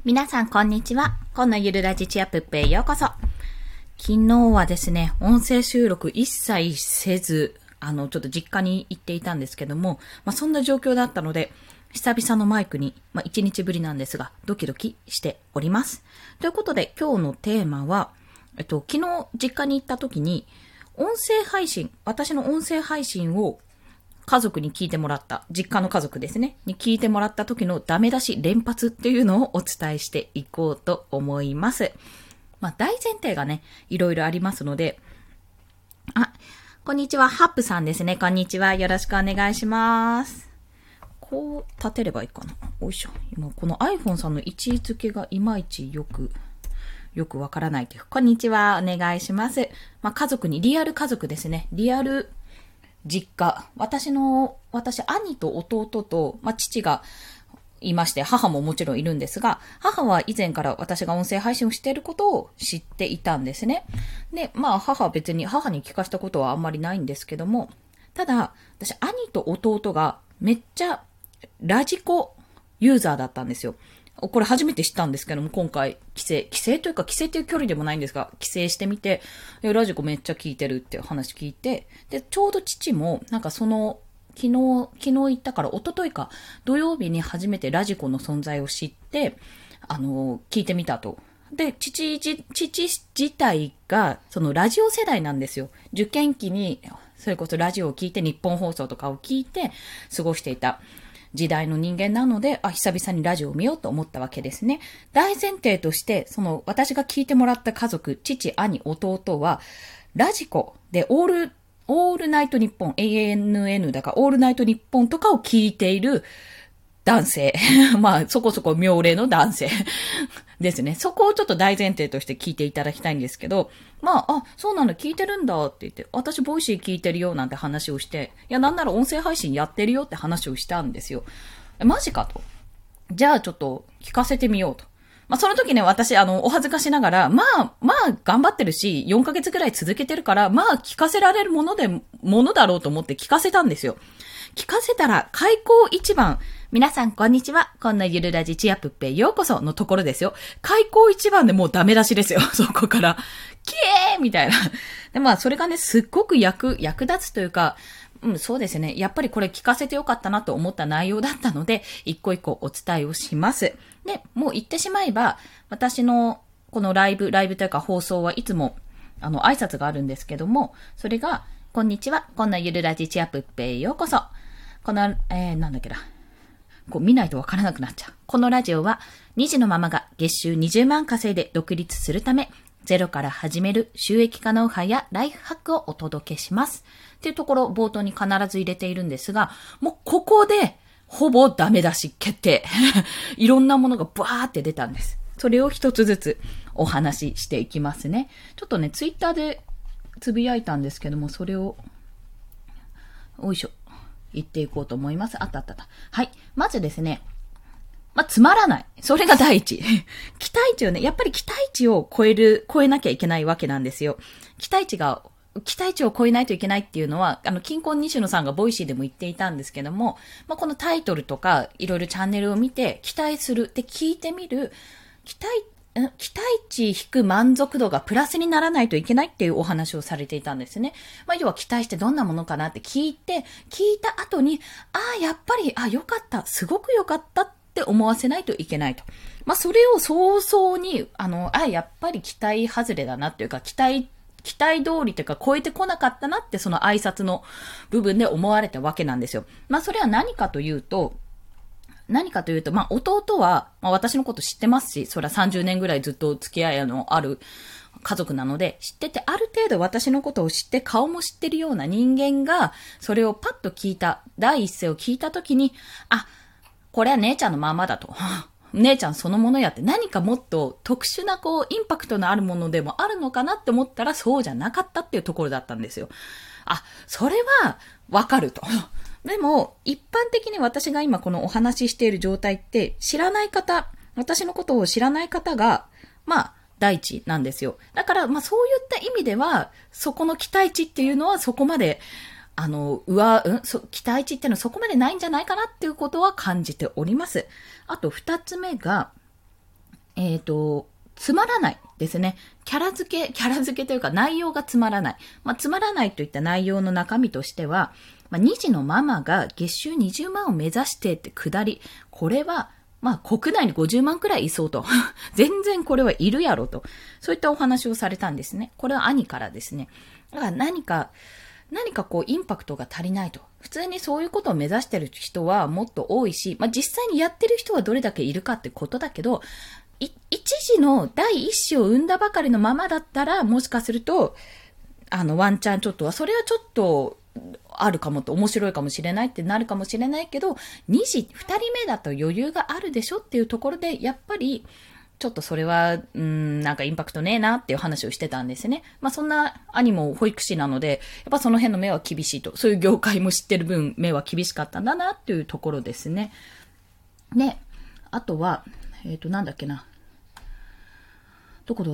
皆さんこんにちは。今のゆるラジチアップへようこそ。昨日はですね、音声収録一切せず、ちょっと実家に行っていたんですけども、そんな状況だったので、久々のマイクに、1日ぶりなんですが、ドキドキしております。ということで、今日のテーマは、昨日実家に行った時に、私の音声配信を家族に聞いてもらった、実家の家族ですね、に聞いてもらった時のダメ出し連発っていうのをお伝えしていこうと思います。大前提がね、いろいろありますので、こんにちは、ハップさんですね。こんにちは。よろしくお願いします。こう立てればいいかな。おいしょ。今この iPhone さんの位置づけがいまいちよくわからないという。こんにちは。お願いします。家族に、リアル家族ですね。リアル実家。私、兄と弟と、父がいまして、母ももちろんいるんですが、母は以前から私が音声配信をしていることを知っていたんですね。で、母は別に母に聞かせたことはあんまりないんですけども、ただ、私、兄と弟がめっちゃラジコユーザーだったんですよ。これ初めて知ったんですけども、今回、帰省という距離でもないんですが、帰省してみて、ラジコめっちゃ聞いてるっていう話聞いて、で、ちょうど父も、昨日行ったから、一昨日か、土曜日に初めてラジコの存在を知って、聞いてみたと。で、父自体が、そのラジオ世代なんですよ。受験期に、それこそラジオを聞いて、日本放送とかを聞いて、過ごしていた時代の人間なので、久々にラジオを見ようと思ったわけですね。大前提として、私が聞いてもらった家族、父、兄、弟は、ラジコでオールナイトニッポン、ANN だか、オールナイトニッポンとかを聞いている男性。そこそこ妙齢の男性ですね。そこをちょっと大前提として聞いていただきたいんですけど、そうなの、聞いてるんだって言って、私ボイシー聞いてるよなんて話をして、なんなら音声配信やってるよって話をしたんですよ。マジかと。じゃあちょっと聞かせてみようと。その時ね、私、お恥ずかしながら、頑張ってるし、4ヶ月ぐらい続けてるから、聞かせられるものだろうと思って聞かせたんですよ。聞かせたら、開口一番、皆さんこんにちは。こんなゆるラジチアップへようこそのところですよ。開口一番でもうダメ出しですよ。そこから。キエーみたいな。で、それがね、すっごく役立つというか、そうですね。やっぱりこれ聞かせてよかったなと思った内容だったので、一個一個お伝えをします。で、もう言ってしまえば、私のこのライブというか放送はいつも、挨拶があるんですけども、それが、こんにちは。こんなゆるラジチアップへようこそ。この、なんだっけな。見ないとわからなくなっちゃう。このラジオは、2児のママが月収20万稼いで独立するため、ゼロから始める収益化ノウハウやライフハックをお届けします。っていうところを冒頭に必ず入れているんですが、もうここで、ほぼダメ出し決定。いろんなものがバーって出たんです。それを一つずつお話ししていきますね。ちょっとね、ツイッターでつぶやいたんですけども、それを、おいしょ。言っていこうと思います。あった。はい。まずですね。つまらない。それが第一。期待値をね、やっぱり期待値を超えなきゃいけないわけなんですよ。期待値を超えないといけないっていうのは、金婚西野さんがボイシーでも言っていたんですけども、このタイトルとか、いろいろチャンネルを見て、期待するって聞いてみる、期待値引く満足度がプラスにならないといけないっていうお話をされていたんですね。要は期待してどんなものかなって聞いた後に、やっぱり、よかった、すごくよかったって思わせないといけないと。それを早々に、やっぱり期待外れだなっていうか、期待通りというか超えてこなかったなってその挨拶の部分で思われたわけなんですよ。それは何かというと、弟は、私のこと知ってますし、それは30年ぐらいずっと付き合いのある家族なので、知ってて、ある程度私のことを知って、顔も知ってるような人間が、それをパッと聞いた、第一声を聞いたときに、これは姉ちゃんのままだと。姉ちゃんそのものやって、何かもっと特殊なインパクトのあるものでもあるのかなって思ったら、そうじゃなかったっていうところだったんですよ。それは、わかると。でも、一般的に私が今このお話ししている状態って、私のことを知らない方が、第一なんですよ。だから、そういった意味では、そこの期待値っていうのはそこまで、期待値っていうのはそこまでないんじゃないかなっていうことは感じております。あと二つ目が、 つまらないですね。キャラ付けというか内容がつまらない。つまらないといった内容の中身としては、2児のママが月収20万を目指してってくだり、これは、国内に50万くらいいそうと。全然これはいるやろと。そういったお話をされたんですね。これは兄からですね。だから何かインパクトが足りないと。普通にそういうことを目指してる人はもっと多いし、実際にやってる人はどれだけいるかってことだけど、一児の第一子を産んだばかりのままだったら、もしかすると、ワンチャンちょっとは、それはちょっと、あるかもと、面白いかもしれないってなるかもしれないけど、二人目だと余裕があるでしょっていうところで、やっぱり、ちょっとそれは、なんかインパクトねえなっていう話をしてたんですね。そんな兄も保育士なので、やっぱその辺の目は厳しいと。そういう業界も知ってる分、目は厳しかったんだなっていうところですね。で、あとは、なんだっけな。どこだ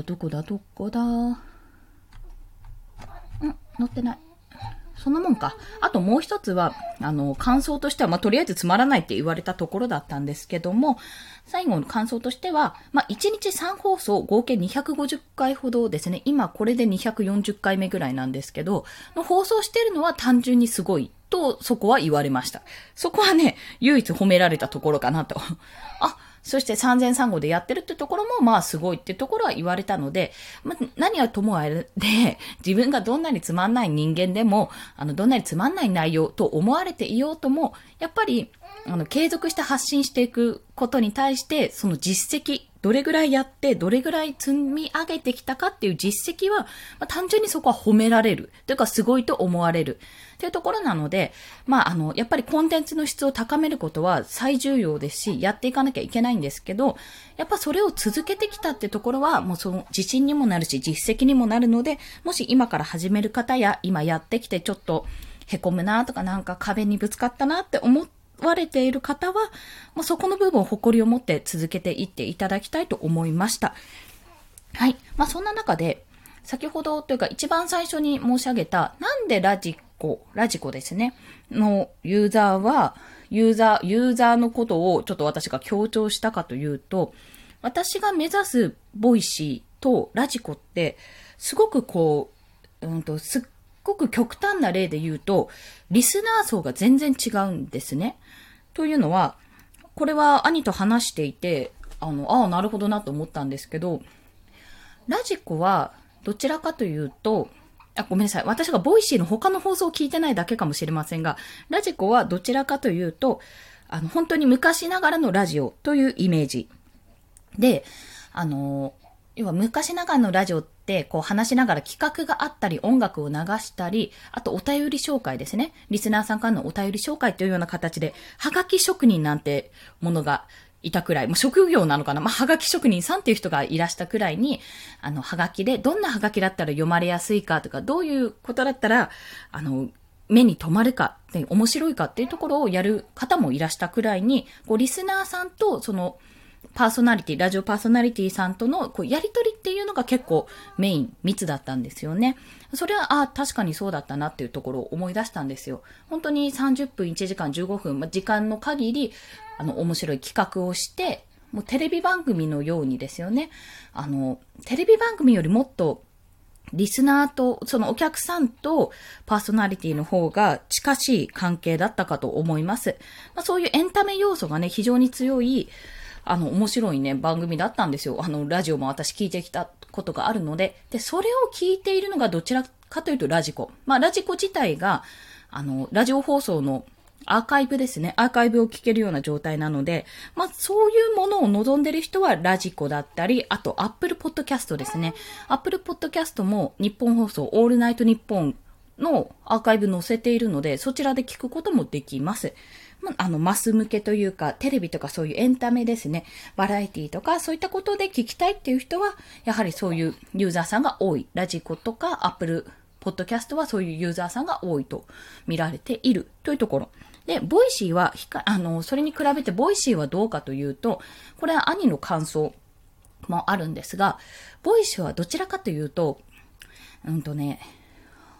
載ってない。そんなもんか。あともう一つは、感想としては、とりあえずつまらないって言われたところだったんですけども、最後の感想としては、1日3放送、合計250回ほどですね、今これで240回目ぐらいなんですけど、の放送してるのは単純にすごいと、そこは言われました。そこはね、唯一褒められたところかなと。そして3000号でやってるってところもすごいってところは言われたので、何はともあれで、自分がどんなにつまんない人間でも、どんなにつまんない内容と思われていようとも、やっぱり、継続して発信していくことに対して、その実績、どれぐらいやって、どれぐらい積み上げてきたかっていう実績は、単純にそこは褒められる。というか、すごいと思われる。っていうところなので、やっぱりコンテンツの質を高めることは最重要ですし、やっていかなきゃいけないんですけど、やっぱそれを続けてきたってところは、もうその自信にもなるし、実績にもなるので、もし今から始める方や、今やってきてちょっと凹むなとかなんか壁にぶつかったなって思われている方は、そこの部分を誇りを持って続けていっていただきたいと思いました。はい。そんな中で、先ほどというか一番最初に申し上げた、なんでラジコですね、のユーザーのことをちょっと私が強調したかというと、私が目指すボイシーとラジコって、すごくすっごく極端な例で言うと、リスナー層が全然違うんですね。というのは、これは兄と話していて、なるほどなと思ったんですけど、ラジコはどちらかというと、ごめんなさい。私がボイシーの他の放送を聞いてないだけかもしれませんが、ラジコはどちらかというと、本当に昔ながらのラジオというイメージ。で、要は昔ながらのラジオって、話しながら企画があったり、音楽を流したり、あとお便り紹介ですね。リスナーさんからのお便り紹介というような形で、はがき職人なんてものがいたくらい、もう職業なのかな、はがき職人さんっていう人がいらしたくらいに、はがきで、どんなはがきだったら読まれやすいかとか、どういうことだったら、目に留まるか、面白いかっていうところをやる方もいらしたくらいに、リスナーさんと、ラジオパーソナリティさんとのやりとりっていうのが結構メイン、密だったんですよね。それは、確かにそうだったなっていうところを思い出したんですよ。本当に30分、1時間、15分、時間の限り、面白い企画をして、もうテレビ番組のようにですよね。テレビ番組よりもっと、リスナーと、そのお客さんとパーソナリティの方が近しい関係だったかと思います。そういうエンタメ要素がね、非常に強い、面白いね、番組だったんですよ。ラジオも私聞いてきたことがあるので。で、それを聞いているのがどちらかというとラジコ。ラジコ自体が、ラジオ放送のアーカイブですね。アーカイブを聞けるような状態なので、そういうものを望んでる人はラジコだったり、あと Apple Podcast ですね。Apple Podcast も日本放送オールナイトニッポンのアーカイブ載せているので、そちらで聞くこともできます。マス向けというか、テレビとかそういうエンタメですね。バラエティとかそういったことで聞きたいっていう人は、やはりそういうユーザーさんが多い。ラジコとか Apple Podcast はそういうユーザーさんが多いと見られているというところ。で、ボイシーは、それに比べてボイシーはどうかというと、これは兄の感想もあるんですが、ボイシーはどちらかというと、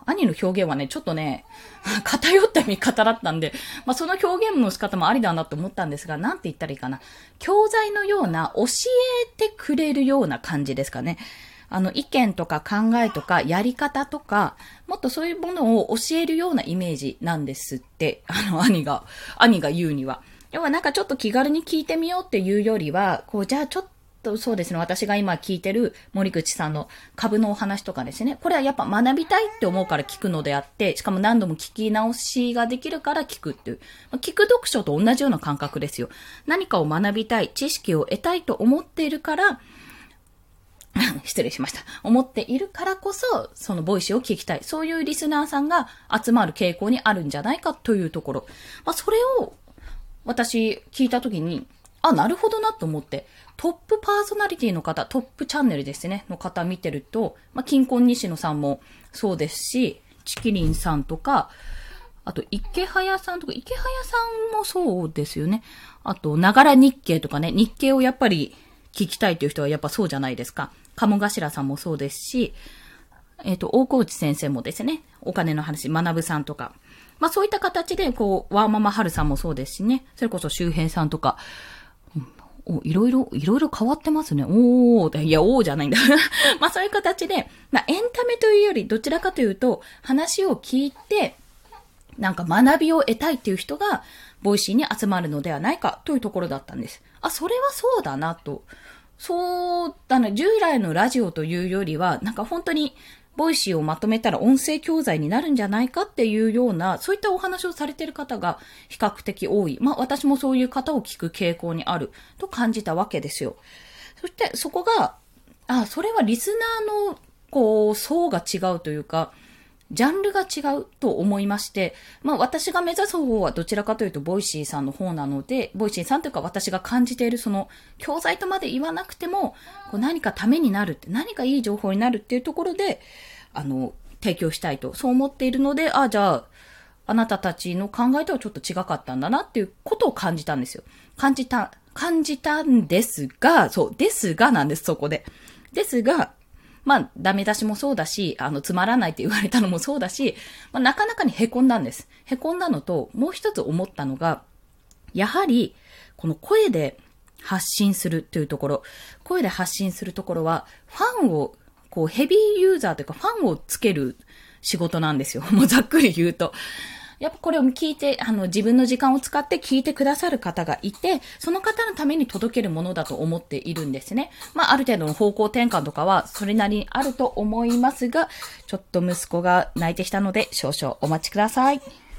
兄の表現はね、ちょっとね、偏った見方だったんで、まあその表現の仕方もありだなと思ったんですが、なんて言ったらいいかな。教材のような、教えてくれるような感じですかね。意見とか考えとかやり方とか、もっとそういうものを教えるようなイメージなんですって、兄が言うには。要はなんかちょっと気軽に聞いてみようっていうよりは、こう、じゃあちょっとそうですね、私が今聞いてる森口さんの株のお話とかですね、これはやっぱ学びたいって思うから聞くのであって、しかも何度も聞き直しができるから聞くっていう、聞く読書と同じような感覚ですよ。何かを学びたい、知識を得たいと思っているから、失礼しました。思っているからこそ、そのボイシーを聞きたい。そういうリスナーさんが集まる傾向にあるんじゃないかというところ。まあ、それを私聞いたときに、なるほどなと思って、トップパーソナリティの方、トップチャンネルですね、の方見てると、まあ、金婚西野さんもそうですし、チキリンさんとか、あと、池早さんとか、池早さんもそうですよね。あと、ながら日経とかね、日経をやっぱり聞きたいという人はやっぱそうじゃないですか。鴨頭さんもそうですし、大河内先生もですね、お金の話、学さんとか。まあそういった形で、こう、ワーママハルさんもそうですしね、それこそ周平さんとか、いろいろ変わってますね。いや、じゃないんだ。まあそういう形で、まあエンタメというより、どちらかというと、話を聞いて、なんか学びを得たいっていう人が、ボイシーに集まるのではないかというところだったんです。それはそうだなと。そうだね。従来のラジオというよりは、なんか本当に、ボイシーをまとめたら音声教材になるんじゃないかっていうような、そういったお話をされている方が比較的多い。まあ私もそういう方を聞く傾向にあると感じたわけですよ。そしてそこが、それはリスナーの、こう、層が違うというか、ジャンルが違うと思いまして、まあ私が目指す方はどちらかというとボイシーさんの方なので、ボイシーさんというか私が感じているその教材とまで言わなくても、こう何かためになるって、何かいい情報になるっていうところで、提供したいと、そう思っているので、じゃあ、あなたたちの考えとはちょっと違かったんだなっていうことを感じたんですよ。感じたんですが、ですがなんです、そこで。ですが、まあ、ダメ出しもそうだし、つまらないって言われたのもそうだし、まあ、なかなかに凹んだんです。凹んだのと、もう一つ思ったのが、やはり、この声で発信するというところ、声で発信するところは、ファンを、こう、ヘビーユーザーというか、ファンをつける仕事なんですよ。もうざっくり言うと。やっぱこれを聞いて、自分の時間を使って聞いてくださる方がいて、その方のために届けるものだと思っているんですね。まあ、ある程度の方向転換とかは、それなりにあると思いますが、ちょっと息子が泣いてきたので、少々お待ちください。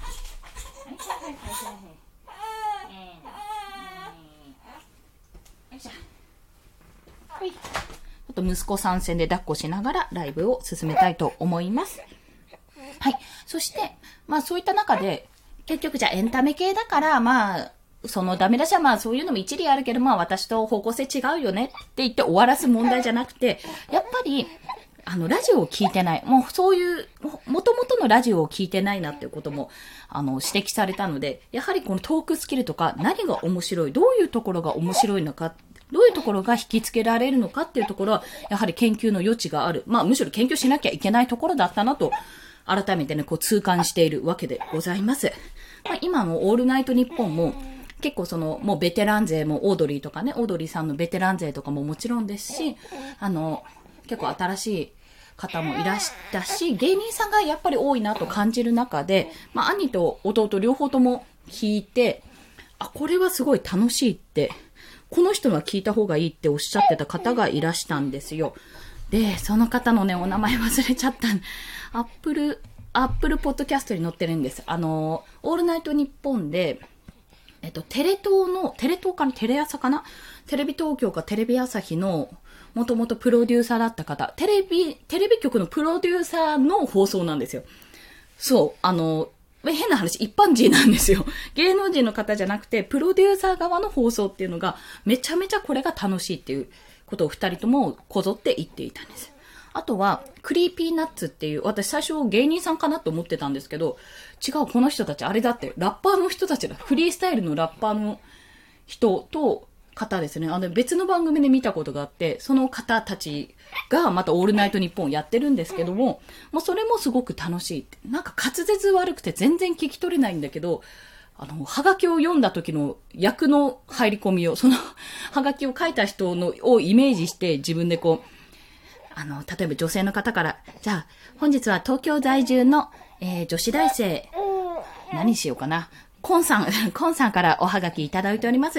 はい。ちょっと息子参戦で抱っこしながらライブを進めたいと思います。はい。そして、まあそういった中で、結局じゃあエンタメ系だから、まあ、そのダメ出しはまあそういうのも一理あるけど、まあ私と方向性違うよねって言って終わらす問題じゃなくて、やっぱり、ラジオを聞いてない。もうそういう、元々のラジオを聞いてないなっていうことも、指摘されたので、やはりこのトークスキルとか何が面白い、どういうところが面白いのか、どういうところが引きつけられるのかっていうところは、やはり研究の余地がある。まあむしろ研究しなきゃいけないところだったなと、改めてね、こう痛感しているわけでございます。まあ、今のオールナイトニッポンも、結構もうベテラン勢もオードリーとかね、オードリーさんのベテラン勢とかももちろんですし、結構新しい方もいらしたし、芸人さんがやっぱり多いなと感じる中で、まあ、兄と弟両方とも聞いて、これはすごい楽しいって、この人は聞いた方がいいっておっしゃってた方がいらしたんですよ。で、その方のね、お名前忘れちゃった。アップルポッドキャストに載ってるんです。オールナイトニッポンで、テレ東かなテレ朝かなテレビ東京かテレビ朝日の、もともとプロデューサーだった方、テレビ局のプロデューサーの放送なんですよ。そう、変な話、一般人なんですよ。芸能人の方じゃなくて、プロデューサー側の放送っていうのが、めちゃめちゃこれが楽しいっていうことを二人ともこぞって言っていたんです。あとは、クリーピーナッツっていう、私最初芸人さんかなと思ってたんですけど、違う、この人たちあれだって、ラッパーの人たちだ。フリースタイルのラッパーの人と方ですね。別の番組で見たことがあって、その方たちがまたオールナイトニッポンをやってるんですけども、もうそれもすごく楽しいって。なんか滑舌悪くて全然聞き取れないんだけど、はがきを読んだ時の役の入り込みを、そのはがきを書いた人をイメージして自分でこう、例えば女性の方から、じゃあ、本日は東京在住の、女子大生、何しようかな。コンさんからおはがきいただいております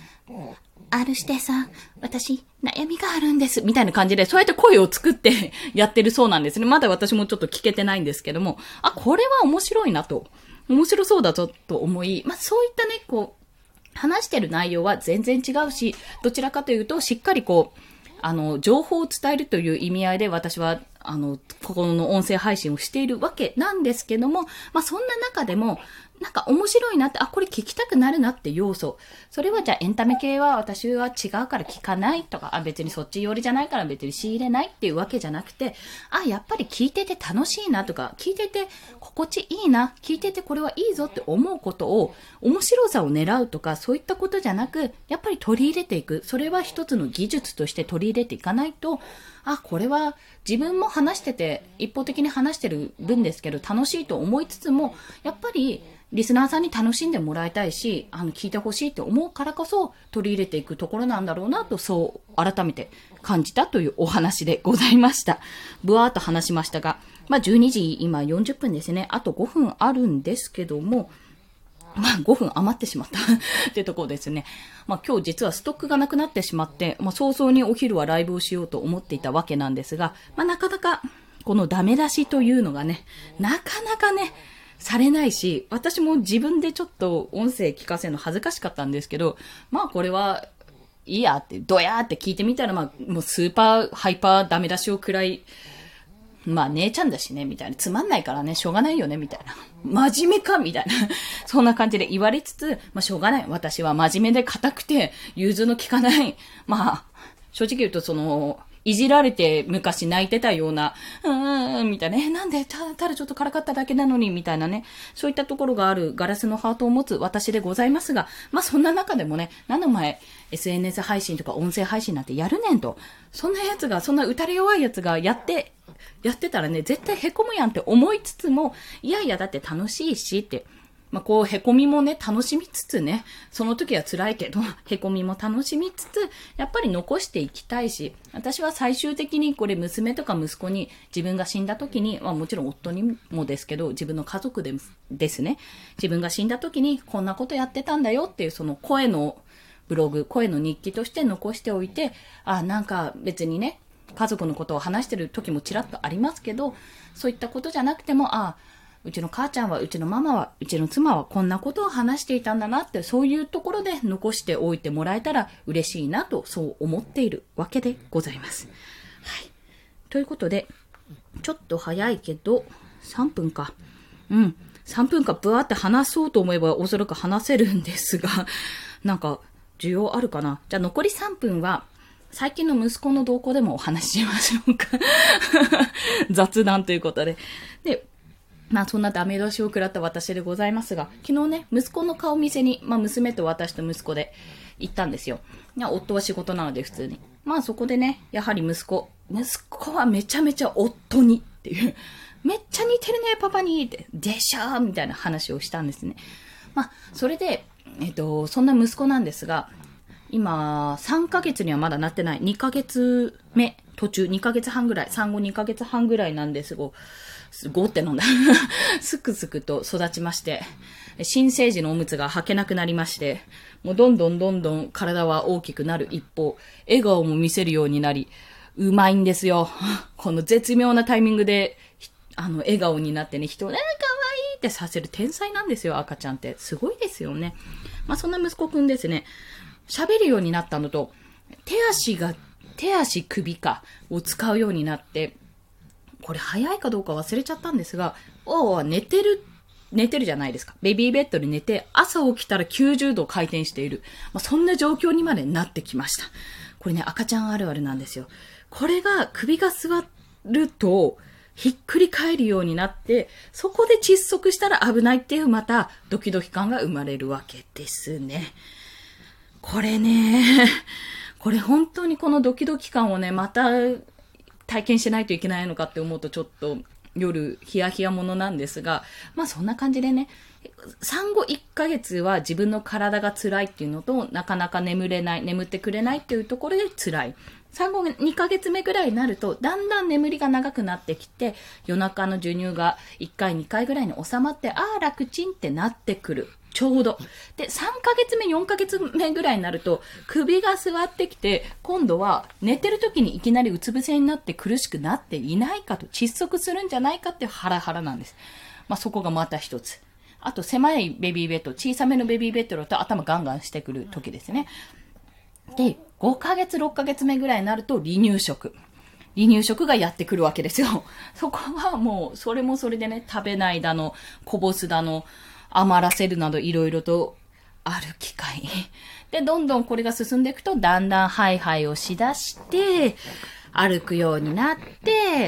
。R 指定さん、私、悩みがあるんです。みたいな感じで、そうやって声を作ってやってるそうなんですね。まだ私もちょっと聞けてないんですけども、これは面白いなと。面白そうだと思い、そういったね、こう、話してる内容は全然違うし、どちらかというと、しっかりこう、情報を伝えるという意味合いで私は、ここの音声配信をしているわけなんですけども、そんな中でも、なんか面白いなって、これ聞きたくなるなって要素。それはじゃあエンタメ系は私は違うから聞かないとか、別にそっち寄りじゃないから別に仕入れないっていうわけじゃなくて、やっぱり聞いてて楽しいなとか、聞いてて心地いいな、聞いててこれはいいぞって思うことを、面白さを狙うとか、そういったことじゃなく、やっぱり取り入れていく。それは一つの技術として取り入れていかないと、これは自分も話してて、一方的に話してる分ですけど、楽しいと思いつつも、やっぱり、リスナーさんに楽しんでもらいたいし、聞いてほしいって思うからこそ取り入れていくところなんだろうなと、そう改めて感じたというお話でございました。ぶわーっと話しましたが、12時今40分ですね。あと5分あるんですけども、5分余ってしまったってところですね。今日実はストックがなくなってしまって、早々にお昼はライブをしようと思っていたわけなんですが、なかなかこのダメ出しというのがね、なかなかね、されないし、私も自分でちょっと音声聞かせるの恥ずかしかったんですけど、これはいいやって、ドヤーって聞いてみたら、もうスーパーハイパーダメ出しをくらい、姉ちゃんだしね、みたいな。つまんないからね、しょうがないよね、みたいな。真面目かみたいな。そんな感じで言われつつ、しょうがない。私は真面目で固くて、融通の効かない。正直言うといじられて昔泣いてたような、みたいな、なんで、ただちょっとからかっただけなのに、みたいなね、そういったところがあるガラスのハートを持つ私でございますが、そんな中でもね、何の前、SNS 配信とか音声配信なんてやるねんと、そんなやつが、そんな打たれ弱いやつがやってたらね、絶対凹むやんって思いつつも、いやいやだって楽しいしって、こう、凹みもね、楽しみつつね、その時は辛いけど、凹みも楽しみつつ、やっぱり残していきたいし、私は最終的にこれ娘とか息子に自分が死んだ時に、もちろん夫にもですけど、自分の家族ですね、自分が死んだ時にこんなことやってたんだよっていうその声のブログ、声の日記として残しておいて、なんか別にね、家族のことを話してる時もちらっとありますけど、そういったことじゃなくても、うちの母ちゃんは、うちのママは、うちの妻はこんなことを話していたんだなって、そういうところで残しておいてもらえたら嬉しいなと、そう思っているわけでございます。はい。ということで、ちょっと早いけど、3分か。3分かブワーって話そうと思えばおそらく話せるんですが、なんか、需要あるかな。じゃあ残り3分は、最近の息子の動向でもお話ししましょうか。雑談ということで。で、そんなダメ出しを食らった私でございますが、昨日ね、息子の顔見せに、娘と私と息子で行ったんですよ。夫は仕事なので普通に。そこでね、やはり息子はめちゃめちゃ夫にっていう、めっちゃ似てるね、パパにって、でしょーみたいな話をしたんですね。それで、そんな息子なんですが、今、3ヶ月にはまだなってない。2ヶ月目、途中2ヶ月半ぐらい、産後2ヶ月半ぐらいなんですが、すごってなんだ。すくすくと育ちまして、新生児のおむつが履けなくなりまして、もうどんどん体は大きくなる一方、笑顔も見せるようになり、うまいんですよ。この絶妙なタイミングで、笑顔になってね、人を可愛いってさせる天才なんですよ、赤ちゃんって。すごいですよね。そんな息子くんですね。喋るようになったのと、手足首かを使うようになって、これ早いかどうか忘れちゃったんですが、寝てるじゃないですか。ベビーベッドで寝て、朝起きたら90度回転している。そんな状況にまでなってきました。これね、赤ちゃんあるあるなんですよ。これが首が座ると、ひっくり返るようになって、そこで窒息したら危ないっていうまたドキドキ感が生まれるわけですね。 これね、これ本当にこのドキドキ感をね、また体験しないといけないのかって思うとちょっと夜ヒヤヒヤものなんですが、まあそんな感じでね、産後1ヶ月は自分の体が辛いっていうのと、なかなか眠ってくれないっていうところで辛い。産後2ヶ月目ぐらいになると、だんだん眠りが長くなってきて、夜中の授乳が1回2回ぐらいに収まって、楽ちんってなってくる。ちょうど。で、3ヶ月目、4ヶ月目ぐらいになると、首が座ってきて、今度は寝てる時にいきなりうつ伏せになって苦しくなっていないかと、窒息するんじゃないかっていうハラハラなんです。まあ、そこがまた一つ。あと、狭いベビーベッド、小さめのベビーベッドだと頭ガンガンしてくる時ですね。で、5ヶ月、6ヶ月目ぐらいになると離乳食。離乳食がやってくるわけですよ。そこはもう、それもそれでね、食べないだの、こぼすだの、余らせるなどいろいろとある機会。で、どんどんこれが進んでいくと、だんだんハイハイをしだして、歩くようになって、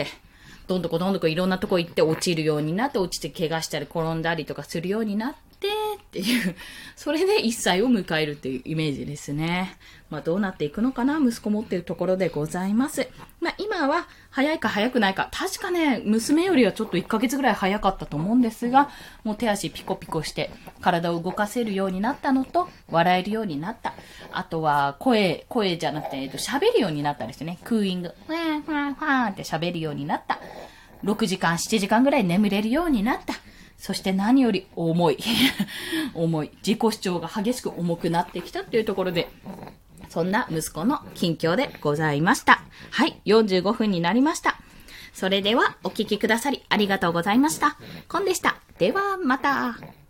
どんどこいろんなとこ行って落ちるようになって、落ちて怪我したり転んだりとかするようになって、っていう、それで1歳を迎えるっていうイメージですね。まあどうなっていくのかな、息子持ってるところでございます。まあ今は早いか早くないか、確かね、娘よりはちょっと1ヶ月ぐらい早かったと思うんですが、もう手足ピコピコして体を動かせるようになったのと、笑えるようになった。あとは声じゃなくて、喋るようになったですね。クーイング、ファーファーファーって喋るようになった。6時間、7時間ぐらい眠れるようになった。そして何より重い。重い。自己主張が激しく重くなってきたっていうところで、そんな息子の近況でございました。はい、45分になりました。それではお聞きくださりありがとうございました。コンでした。ではまた。